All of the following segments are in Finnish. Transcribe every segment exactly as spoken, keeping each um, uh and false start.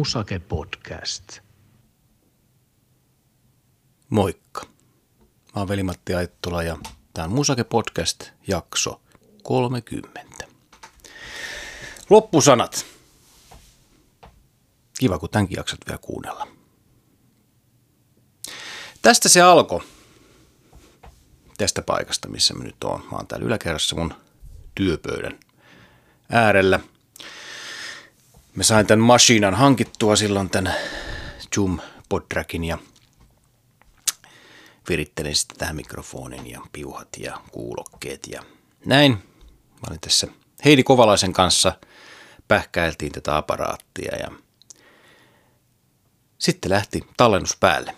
Musake Podcast. Moikka. Mä oon Veli-Matti Aittola ja tää on Musake Podcast jakso kolmekymmentä. Loppusanat. Kiva, kun tämänkin jaksat vielä kuunnella. Tästä se alkoi. Tästä paikasta, missä mä nyt oon. Mä oon täällä yläkerrassa mun työpöydän äärellä. Mä sain tän machinan hankittua silloin tän Zoom Podrakin ja virittelin sitten tähän mikrofonin ja piuhat ja kuulokkeet ja näin. Mä olin tässä Heidi Kovalaisen kanssa, pähkäiltiin tätä aparaattia ja sitten lähti tallennus päälle.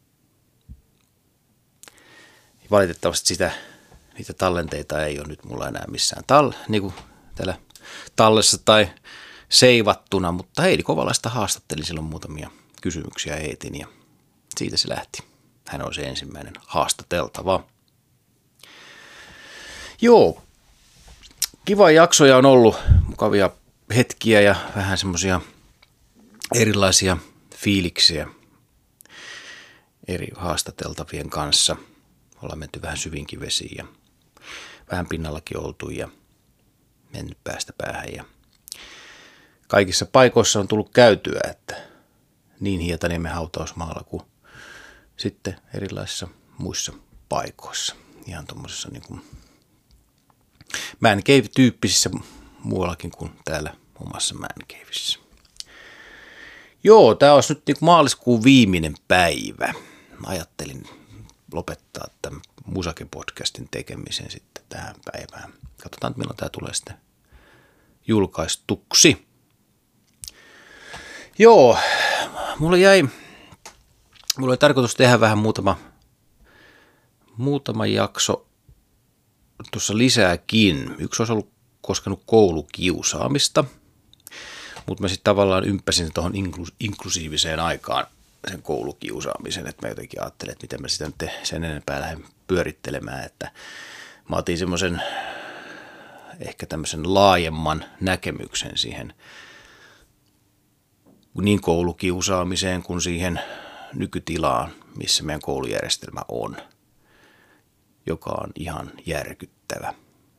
Valitettavasti sitä, niitä tallenteita ei ole nyt mulla enää missään tall, niin kuin täällä tallessa tai seivattuna, mutta Heidi Kovalaista haastattelin silloin muutamia kysymyksiä heitin ja siitä se lähti. Hän on se ensimmäinen haastateltava. Joo, kiva jaksoja on ollut, mukavia hetkiä ja vähän semmoisia erilaisia fiiliksiä eri haastateltavien kanssa. Ollaan menty vähän syvinkin vesiin ja vähän pinnallakin oltu ja mennyt päästä päähän. Ja kaikissa paikoissa on tullut käytyä, että niin Hietaniemen hautausmaalla kuin sitten erilaisissa muissa paikoissa. Ihan tuommoisessa niin kuin man cave-tyyppisissä muuallakin kuin täällä omassa man caveissa. Joo, tää olisi nyt niin kuin maaliskuun viimeinen päivä. Ajattelin lopettaa tämän Musake-podcastin tekemisen sitten tähän päivään. Katsotaan, milloin tämä tulee sitten julkaistuksi. Joo, mulla jäi, mulla oli tarkoitus tehdä vähän muutama, muutama jakso tuossa lisääkin. Yksi olisi ollut koskenut koulukiusaamista, mutta mä sitten tavallaan ympäsin tuohon inklusiiviseen aikaan sen koulukiusaamisen, että mä jotenkin ajattelin, että miten mä sitä nyt sen enempää lähden pyörittelemään, että mä otin semmoisen ehkä tämmöisen laajemman näkemyksen siihen niin koulukiusaamiseen kuin siihen nykytilaan, missä meidän koulujärjestelmä on, joka on ihan järkyttävä.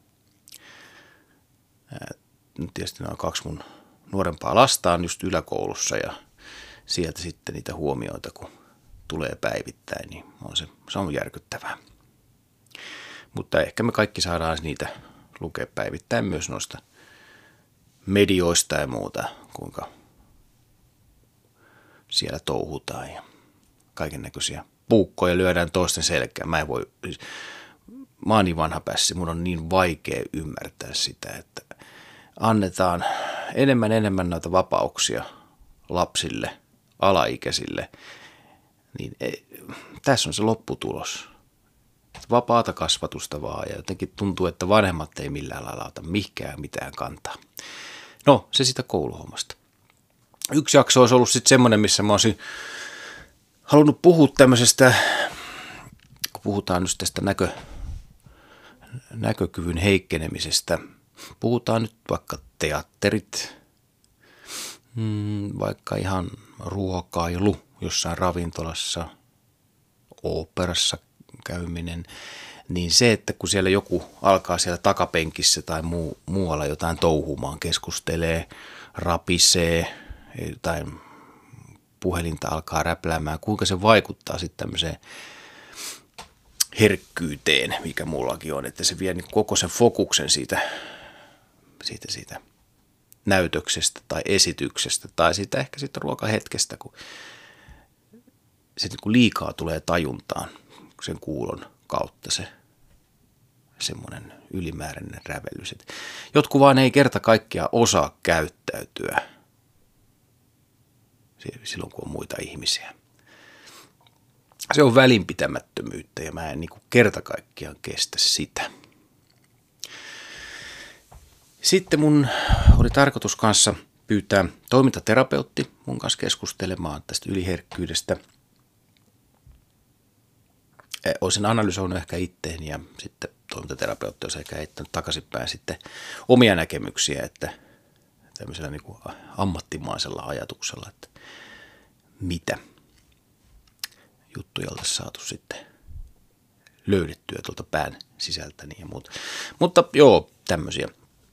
Nyt tietysti nämä kaksi mun nuorempaa lasta on just yläkoulussa ja sieltä sitten niitä huomioita, kun tulee päivittäin, niin on se, se on järkyttävää. Mutta ehkä me kaikki saadaan niitä lukea päivittäin myös noista medioista ja muuta, kuinka siellä touhutaan ja kaiken näköisiä puukkoja lyödään toisten selkään. Mä en voi, siis, mä oon niin vanha pässi, mun on niin vaikea ymmärtää sitä, että annetaan enemmän enemmän noita vapauksia lapsille, alaikäisille, niin ei, tässä on se lopputulos. Vapaata kasvatusta vaan ja jotenkin tuntuu, että vanhemmat ei millään lailla ota mihinkään mitään kantaa. No, se sitä kouluhommasta. Yksi jakso olisi ollut sitten semmoinen, missä mä olisin halunnut puhua tämmöisestä, kun puhutaan nyt tästä näkö, näkökyvyn heikkenemisestä. Puhutaan nyt vaikka teatterit, vaikka ihan ruokailu jossain ravintolassa, oopperassa käyminen, niin se, että kun siellä joku alkaa siellä takapenkissä tai muu, muualla jotain touhumaan, keskustelee, rapisee, jotain puhelinta alkaa räpläämään, kuinka se vaikuttaa sitten tämmöiseen herkkyyteen, mikä mullakin on, että se vie niin koko sen fokuksen siitä, siitä, siitä näytöksestä tai esityksestä tai siitä ehkä siitä ruokahetkestä, kun se niin kuin liikaa tulee tajuntaan sen kuulon kautta se semmoinen ylimääräinen rävellys. Jotkut vaan ei kerta kaikkiaan osaa käyttäytyä silloin, kun on muita ihmisiä. Se on välinpitämättömyyttä ja mä en niin kuin kerta kaikkiaan kestä sitä. Sitten mun oli tarkoitus kanssa pyytää toimintaterapeutti mun kanssa keskustelemaan tästä yliherkkyydestä. Olisin analysoinut ehkä itteen ja sitten toimintaterapeutti olisi ehkä heittänyt takaisinpäin sitten omia näkemyksiä, että tämmöisellä niin kuin ammattimaisella ajatuksella, että mitä juttuja oltaisiin saatu sitten löydettyä tuolta pään sisältäni ja muuta. Mutta joo, tämmöisiä.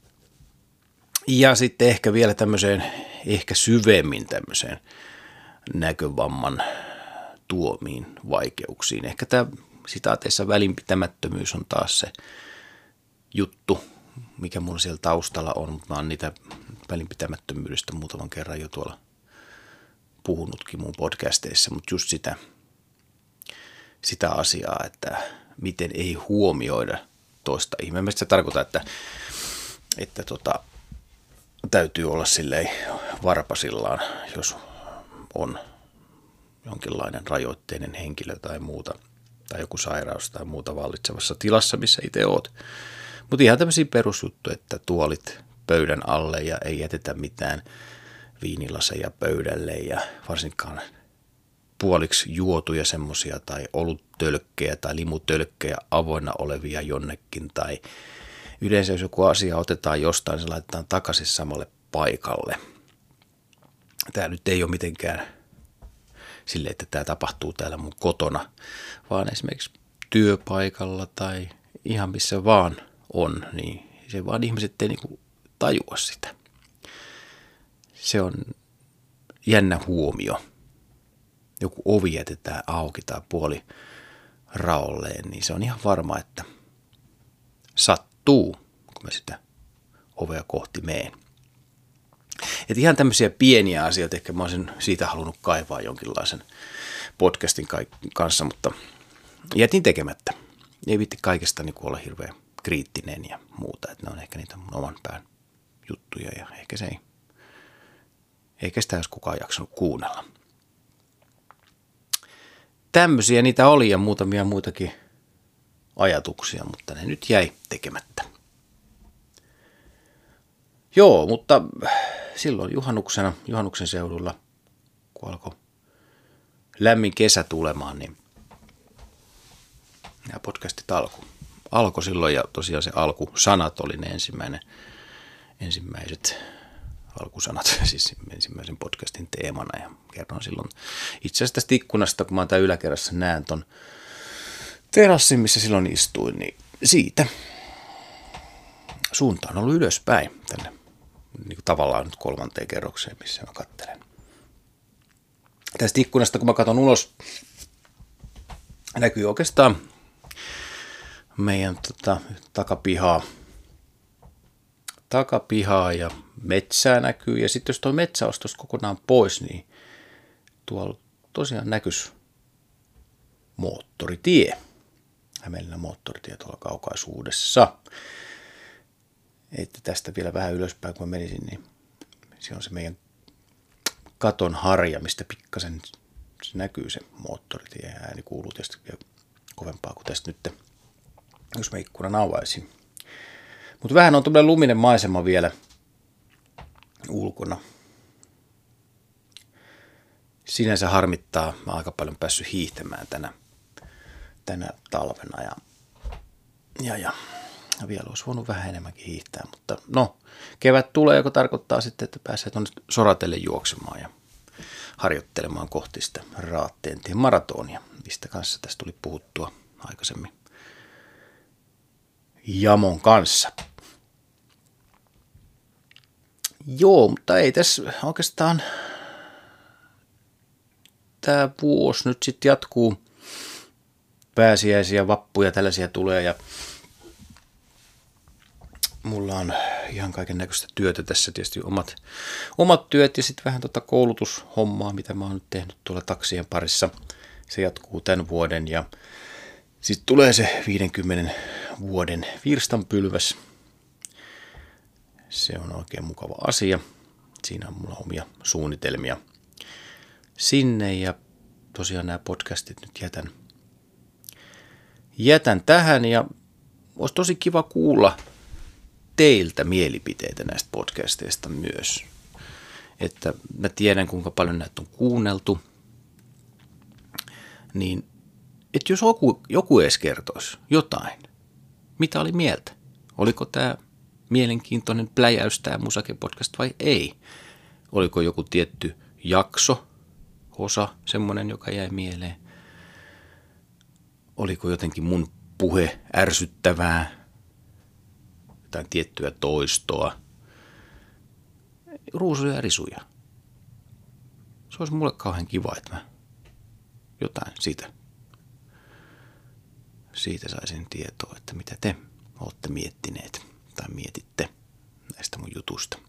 Ja sitten ehkä vielä tämmöiseen, ehkä syvemmin tämmöiseen näkövamman tuomiin vaikeuksiin. Ehkä tämä sitaateissa välinpitämättömyys on taas se juttu, mikä mulla siellä taustalla on, mutta mä oon niitä välinpitämättömyydestä muutaman kerran jo tuolla puhunutkin mun podcasteissa, mutta just sitä, sitä asiaa, että miten ei huomioida toista ihmistä. Mielestäni se tarkoittaa, että, että tota, täytyy olla silleen varpasillaan, jos on jonkinlainen rajoitteinen henkilö tai muuta, tai joku sairaus tai muuta vallitsevassa tilassa, missä itse oot. Mutta ihan tämmöisiä perusjuttuja, että tuolit pöydän alle ja ei jätetä mitään viinilaseja pöydälle ja varsinkaan puoliksi juotuja semmoisia tai oluttölkkejä tai limutölkkejä avoinna olevia jonnekin tai yleensä jos joku asia otetaan jostain, se laitetaan takaisin samalle paikalle. Tämä nyt ei ole mitenkään silleen, että tämä tapahtuu täällä mun kotona, vaan esimerkiksi työpaikalla tai ihan missä vaan on, niin se vaan ihmiset ei niinku tajua sitä. Se on jännä huomio. Joku ovi jätetään auki tai puoli raolleen, niin se on ihan varma, että sattuu, kun mä sitä ovea kohti meen. Et ihan tämmöisiä pieniä asioita, ehkä mä olisin siitä halunnut kaivaa jonkinlaisen podcastin kanssa, mutta jätin tekemättä. Ei viitti kaikesta niin olla hirveän kriittinen ja muuta, että ne on ehkä niitä mun oman pään juttuja ja ehkä se ei, eikä sitä olisi kukaan jaksanut kuunnella. Tämmöisiä niitä oli ja muutamia muitakin ajatuksia, mutta ne nyt jäi tekemättä. Joo, mutta silloin juhannuksena, juhannuksen seudulla, kun alkoi lämmin kesä tulemaan, niin nämä podcastit alkoi. Alkoi silloin ja tosiaan se alkusanat oli ne ensimmäinen, ensimmäiset alkusanat, siis ensimmäisen podcastin teemana ja kerron silloin itse asiassa tästä ikkunasta, kun mä oon täällä yläkerrassa näen ton terassin, missä silloin istuin, niin siitä suunta on ollut ylöspäin tänne niin kuin tavallaan nyt kolmanteen kerrokseen, missä mä katselen. Tästä ikkunasta, kun mä katson ulos, näkyy oikeastaan meidän tota, takapihaa, takapihaa ja metsää näkyy. Ja sitten jos tuo metsä olisi tuosta kokonaan pois, niin tuolla tosiaan näkyisi moottoritie. Hämeenlinnan moottoritie tuolla kaukaisuudessa. Että tästä vielä vähän ylöspäin, kun mä menisin, niin se on se meidän katon harja, mistä pikkasen se näkyy se moottoritie. Ja ääni kuuluu tietysti vielä kovempaa kuin tästä nyt, jos mä ikkunan avaisin. Mutta vähän on tuollainen luminen maisema vielä ulkona. Sinänsä harmittaa, mä oon aika paljon päässyt hiihtämään tänä, tänä talvena ja, ja, ja vielä olisi voinut vähän enemmänkin hiihtää, mutta no, kevät tulee, joka tarkoittaa sitten, että pääsee tuonne Soratelle juoksemaan ja harjoittelemaan kohti sitä Raateentien maratonia, mistä kanssa tästä tuli puhuttua aikaisemmin Jamon kanssa. Joo, mutta ei tässä oikeastaan tämä vuosi nyt sitten jatkuu. Pääsiäisiä, vappuja, tällaisia tulee ja mulla on ihan kaiken näköistä työtä tässä, tietysti omat, omat työt ja sitten vähän tota koulutushommaa, mitä mä oon nyt tehnyt tuolla taksien parissa. Se jatkuu tämän vuoden ja sitten tulee se viidenkymmenen vuoden virstanpylväs. Se on oikein mukava asia. Siinä on mulla omia suunnitelmia sinne ja tosiaan nämä podcastit nyt jätän, jätän tähän ja olisi tosi kiva kuulla teiltä mielipiteitä näistä podcasteista myös. Että mä tiedän kuinka paljon näitä on kuunneltu. Niin, että jos joku, joku edes kertoisi jotain, mitä oli mieltä? Oliko tämä mielenkiintoinen pläjäys tämä Musake-podcast vai ei? Oliko joku tietty jakso, osa, semmoinen, joka jäi mieleen? Oliko jotenkin mun puhe ärsyttävää? Jotain tiettyä toistoa? Ruusuja ja risuja. Se olisi mulle kauhean kiva, että mä jotain siitä, siitä saisin tietoa, että mitä te olette miettineet tai mietitte näistä mun jutusta.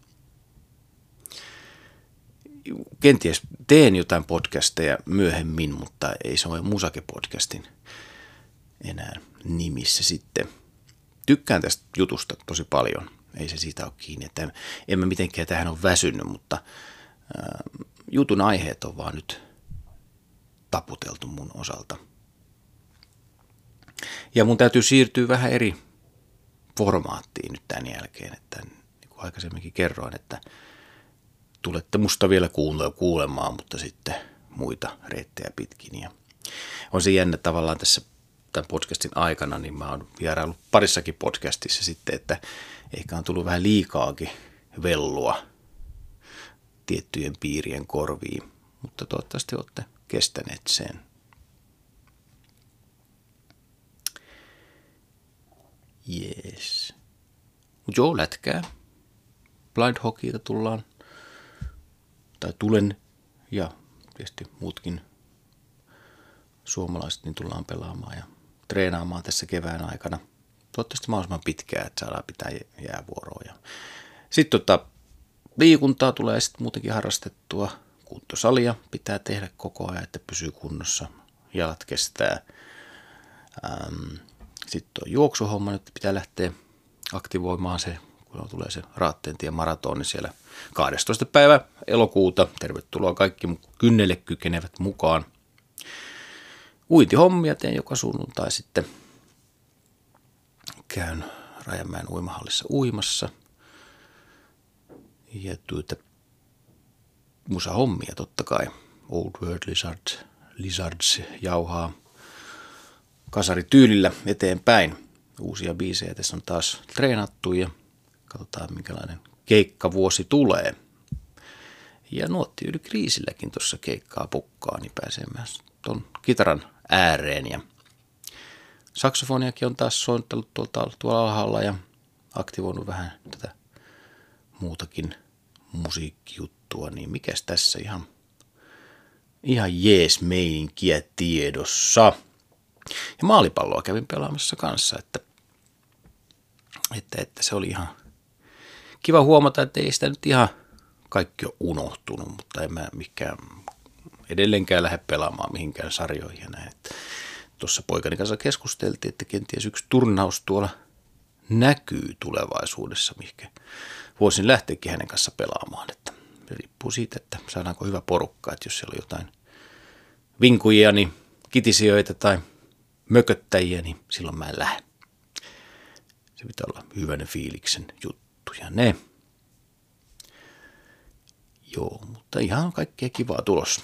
Kenties teen jotain podcasteja myöhemmin, mutta ei se ole Musake-podcastin enää nimissä sitten. Tykkään tästä jutusta tosi paljon. Ei se siitä ole kiinni, että en, en mä mitenkään tähän ole väsynyt, mutta ää, jutun aiheet on vaan nyt taputeltu mun osalta. Ja mun täytyy siirtyä vähän eri formaattiin nyt tämän jälkeen, että niin kuin aikaisemminkin kerroin, että tulette musta vielä kuulemaan, mutta sitten muita reittejä pitkin. Ja on se jännä tavallaan tässä tämän podcastin aikana, niin mä oon vieraillut parissakin podcastissa sitten, että ehkä on tullut vähän liikaakin vellua tiettyjen piirien korviin, mutta toivottavasti olette kestäneet sen. Jees. Mut joo, lätkää. Blind hockeyta tullaan, tai tulen, ja tietysti muutkin suomalaiset niin tullaan pelaamaan ja treenaamaan tässä kevään aikana. Toivottavasti mahdollisimman pitkään, että saadaan pitää jäävuoroa. Ja sitten tota, liikuntaa tulee sitten muutenkin harrastettua. Kuntosalia pitää tehdä koko ajan, että pysyy kunnossa. Jalat kestää. Ähm, sitten tuo juoksuhomma nyt pitää lähteä aktivoimaan se, kun tulee se Raattentien maratoni siellä kahdestoista päivä elokuuta. Tervetuloa kaikki kynnelle kykenevät mukaan. Uintihommia teen joka sunnuntai sitten. Käyn Rajamäen uimahallissa uimassa. Ja tuota musahommia totta kai. Old World Lizards, Lizards jauhaa kasarityylillä eteenpäin. Uusia biisejä tässä on taas treenattu ja katsotaan minkälainen keikkavuosi tulee. Ja Nuotti yli kriisilläkin tuossa keikkaa pukkaa, niin pääsee myös ton kitaran ääreen. Ja saksofoniakin on taas soittanut tuolta, tuolla alhaalla ja aktivoinut vähän tätä muutakin musiikkijuttua. Niin mikäs tässä ihan, ihan jees meininkiä tiedossa. Ja maalipalloa kävin pelaamassa kanssa, että, että, että se oli ihan kiva huomata, että ei sitä nyt ihan kaikki ole unohtunut, mutta en mä mikään edelleenkään lähde pelaamaan mihinkään sarjoihin ja näin. Tuossa poikani kanssa keskusteltiin, että kenties yksi turnaus tuolla näkyy tulevaisuudessa, mihinkä voisin lähteäkin hänen kanssa pelaamaan. Että se riippuu siitä, että saadaanko hyvä porukka, että jos siellä on jotain vinkujia, niin kitisijöitä tai mököttäjiä, niin silloin mä en lähde. Se pitää olla hyvänä fiiliksen juttuja ne. Joo, mutta ihan kaikkea kivaa tulossa.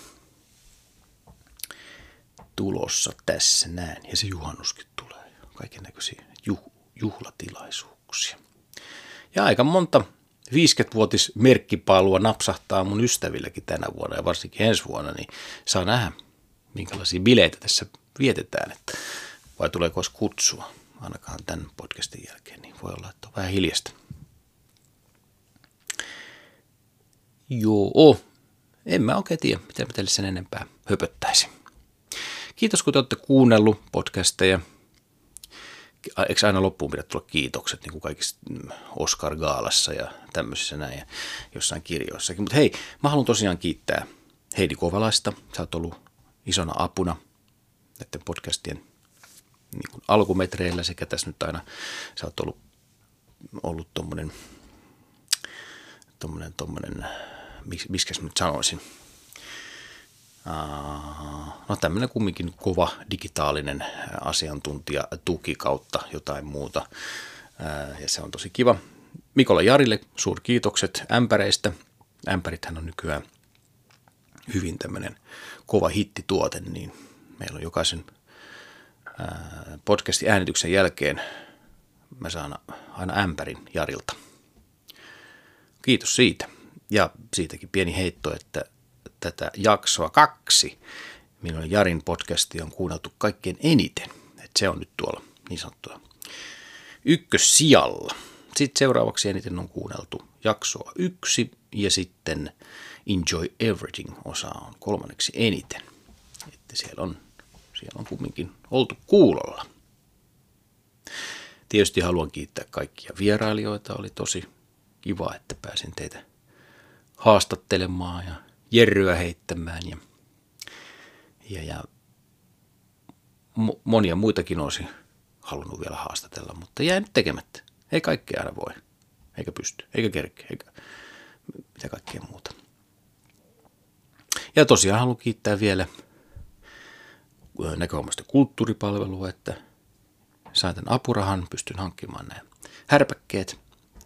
Tulossa tässä näin. Ja se juhannuskin tulee. Kaiken näköisiä juh- juhlatilaisuuksia. Ja aika monta viisikymmenvuotis merkkipaalua napsahtaa mun ystävilläkin tänä vuonna ja varsinkin ensi vuonna, niin saa nähdä, minkälaisia bileitä tässä vietetään. Että vai tuleeko olisi kutsua, ainakaan tämän podcastin jälkeen, niin voi olla, että on vähän hiljasta. Joo, en mä oikein tiedä, miten mä teille sen enempää höpöttäisin. Kiitos, kun te olette kuunnellut podcasteja. Eikö aina loppuun pidä tulla kiitokset, niin kuin kaikissa Oscar-gaalassa ja tämmöisissä näin, ja jossain kirjoissakin. Mutta hei, mä haluan tosiaan kiittää Heidi Kovalaista. Sä oot ollut isona apuna näiden podcastien niin kuin alkumetreillä sekä tässä nyt aina sä oot ollut, ollut tommonen, tommonen, tommonen, miskäs mä nyt sanoisin, no tämmöinen kumminkin kova digitaalinen asiantuntija tuki kautta jotain muuta ja se on tosi kiva. Mikola Jarille suurkiitokset ämpäreistä. Ämpärithän on nykyään hyvin tämmöinen kova hittituote, niin meillä on jokaisen podcastin äänityksen jälkeen mä saan aina ämpärin Jarilta. kiitos siitä. Ja siitäkin pieni heitto, että tätä jaksoa kaksi, milloin Jarin podcasti on kuunneltu kaikkein eniten. Että se on nyt tuolla niin sanottua ykkössijalla. Sitten seuraavaksi eniten on kuunneltu jaksoa yksi ja sitten Enjoy Everything-osa on kolmanneksi eniten. Että siellä on, siellä on kumminkin oltu kuulolla. Tietysti haluan kiittää kaikkia vierailijoita. Oli tosi kiva, että pääsin teitä haastattelemaan ja jerryä heittämään ja, ja, ja monia muitakin olisi halunnut vielä haastatella, mutta jäi nyt tekemättä. Ei kaikkea aina voi, eikä pysty, eikä kerkeä, eikä mitä kaikkea muuta. Ja tosiaan haluan kiittää vielä Näköomaisten kulttuuripalvelua, että sain tämän apurahan, pystyn hankkimaan nämä härpäkkeet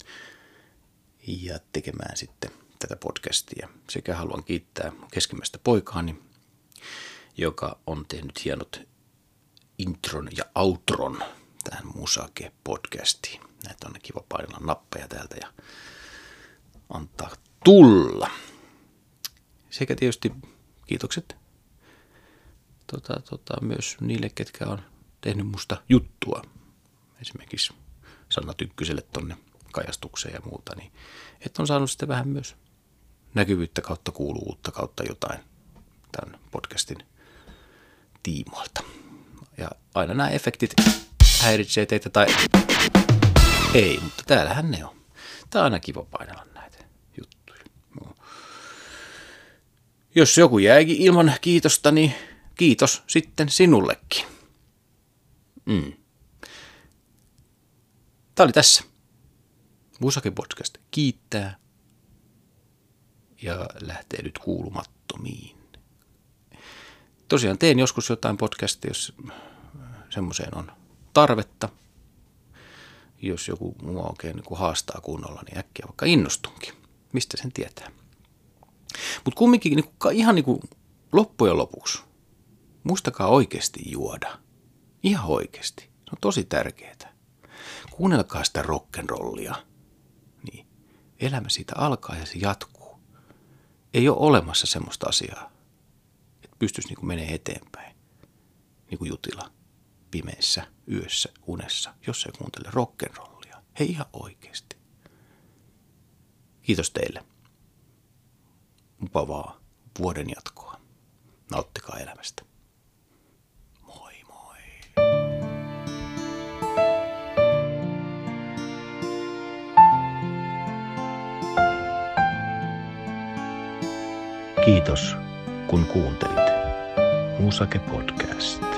ja tekemään sitten tätä podcastia. Sekä haluan kiittää keskimmäistä poikaani, joka on tehnyt hienot intron ja outron tähän Musake-podcastiin. Näitä on kiva painella nappeja täältä ja antaa tulla. Sekä tietysti kiitokset tota, tota, myös niille, ketkä on tehnyt musta juttua. Esimerkiksi Sanna Tynkkyselle tonne kajastukseen ja muuta. Niin, että on saanut sitten vähän myös näkyvyyttä kautta kuuluvuutta kautta jotain tämän podcastin tiimoilta. Ja aina nämä efektit häiritsee teitä tai ei, mutta täällähän ne on. Tää on aina kiva painella näitä juttuja. No. Jos joku jäikin ilman kiitosta, niin kiitos sitten sinullekin. Mm. Tää oli tässä. Musake Podcast kiittää ja lähtee nyt kuulumattomiin. Tosiaan teen joskus jotain podcastia, jos semmoiseen on tarvetta. Jos joku mua oikein niin kuin haastaa kunnolla, niin äkkiä vaikka innostunkin. Mistä sen tietää? Mutta kumminkin niin kuin, ihan niin kuin loppujen lopuksi, muistakaa oikeasti juoda. Ihan oikeasti. Se on tosi tärkeää. Kuunnelkaa sitä rock'n'rollia. Niin elämä siitä alkaa ja se jatkuu. Ei ole olemassa semmoista asiaa, että pystyisi niin kuin menee eteenpäin. Niin kuin jutila. Pimeässä, yössä, unessa, jos ei kuuntele rock'n'rollia. Hei ihan oikeasti. Kiitos teille. Mukavaa vuoden jatkoa. Nauttikaa elämästä. Moi moi. Kiitos kun kuuntelit. Musake Podcast.